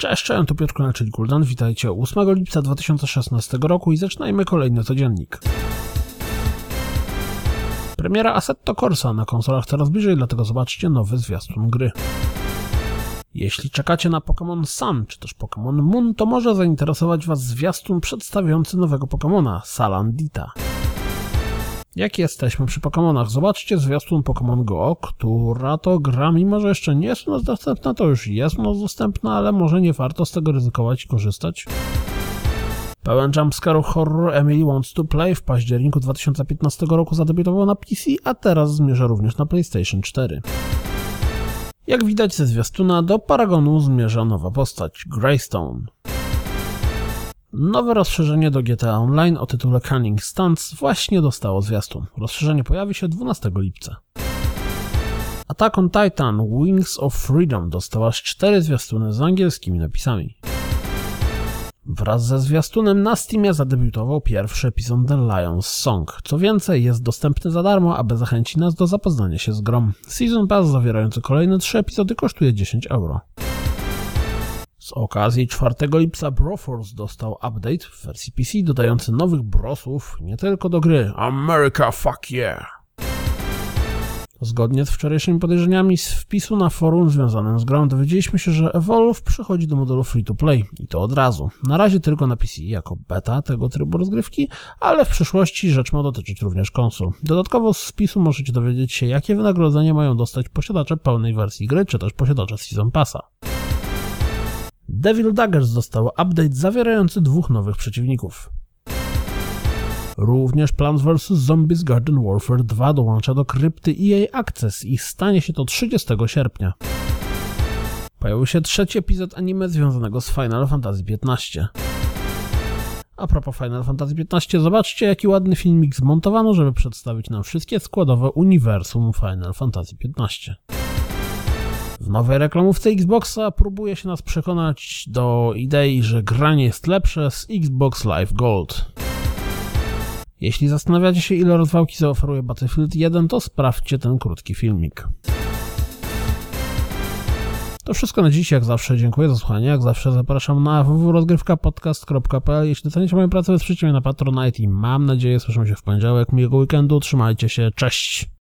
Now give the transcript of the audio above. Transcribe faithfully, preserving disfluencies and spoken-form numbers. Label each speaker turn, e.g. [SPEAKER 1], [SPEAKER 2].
[SPEAKER 1] Cześć, cześć, tu Piotr Konal, czyli Kuldan. Witajcie ósmego lipca dwa tysiące szesnastego roku i zaczynajmy kolejny codziennik. Premiera Assetto Corsa na konsolach coraz bliżej, dlatego zobaczcie nowy zwiastun gry. Jeśli czekacie na Pokémon Sun czy też Pokémon Moon, to może zainteresować Was zwiastun przedstawiający nowego Pokémona, Salandita. Jak jesteśmy przy Pokémonach, zobaczcie zwiastun Pokémon Go, która to gra, mimo że jeszcze nie jest u nas dostępna, to już jest u nas dostępna, ale może nie warto z tego ryzykować i korzystać. Pełen jumpscare'ów horror Emily Wants to Play w październiku dwa tysiące piętnastego roku zadebiutował na P C, a teraz zmierza również na PlayStation cztery. Jak widać ze zwiastuna, do Paragonu zmierza nowa postać, Greystone. Nowe rozszerzenie do G T A Online o tytule Cunning Stunts właśnie dostało zwiastun. Rozszerzenie pojawi się dwunastego lipca. Attack on Titan Wings of Freedom dostała aż cztery zwiastuny z angielskimi napisami. Wraz ze zwiastunem na Steamie zadebiutował pierwszy epizod The Lion's Song. Co więcej, jest dostępny za darmo, aby zachęcić nas do zapoznania się z grą. Season Pass zawierający kolejne trzy epizody kosztuje dziesięć euro. Z okazji czwartego lipca Broforce dostał update w wersji P C dodający nowych brosów nie tylko do gry America Fuck Yeah. Zgodnie z wczorajszymi podejrzeniami z wpisu na forum związanym z grą dowiedzieliśmy się, że Evolve przychodzi do modelu free-to-play i to od razu. Na razie tylko na P C jako beta tego trybu rozgrywki, ale w przyszłości rzecz ma dotyczyć również konsol. Dodatkowo z wpisu możecie dowiedzieć się, jakie wynagrodzenie mają dostać posiadacze pełnej wersji gry, czy też posiadacze Season Passa. Devil Daggers dostał update zawierający dwóch nowych przeciwników. Również Plants versus. Zombies Garden Warfare dwa dołącza do krypty E A Access i stanie się to trzydziestego sierpnia. Pojawił się trzeci epizod anime związanego z Final Fantasy piętnaście. A propos Final Fantasy piętnaście, zobaczcie, jaki ładny filmik zmontowano, żeby przedstawić nam wszystkie składowe uniwersum Final Fantasy piętnaście. W nowej reklamówce Xboxa próbuje się nas przekonać do idei, że granie jest lepsze z Xbox Live Gold. Jeśli zastanawiacie się, ile rozwałki zaoferuje Battlefield jeden, to sprawdźcie ten krótki filmik. To wszystko na dziś, jak zawsze dziękuję za słuchanie, jak zawsze zapraszam na w w w kropka rozgrywka podcast kropka p l. Jeśli docenicie moją pracę, wesprzyjcie mnie na Patronite i mam nadzieję słyszymy się w poniedziałek. Miłego weekendu, trzymajcie się, cześć!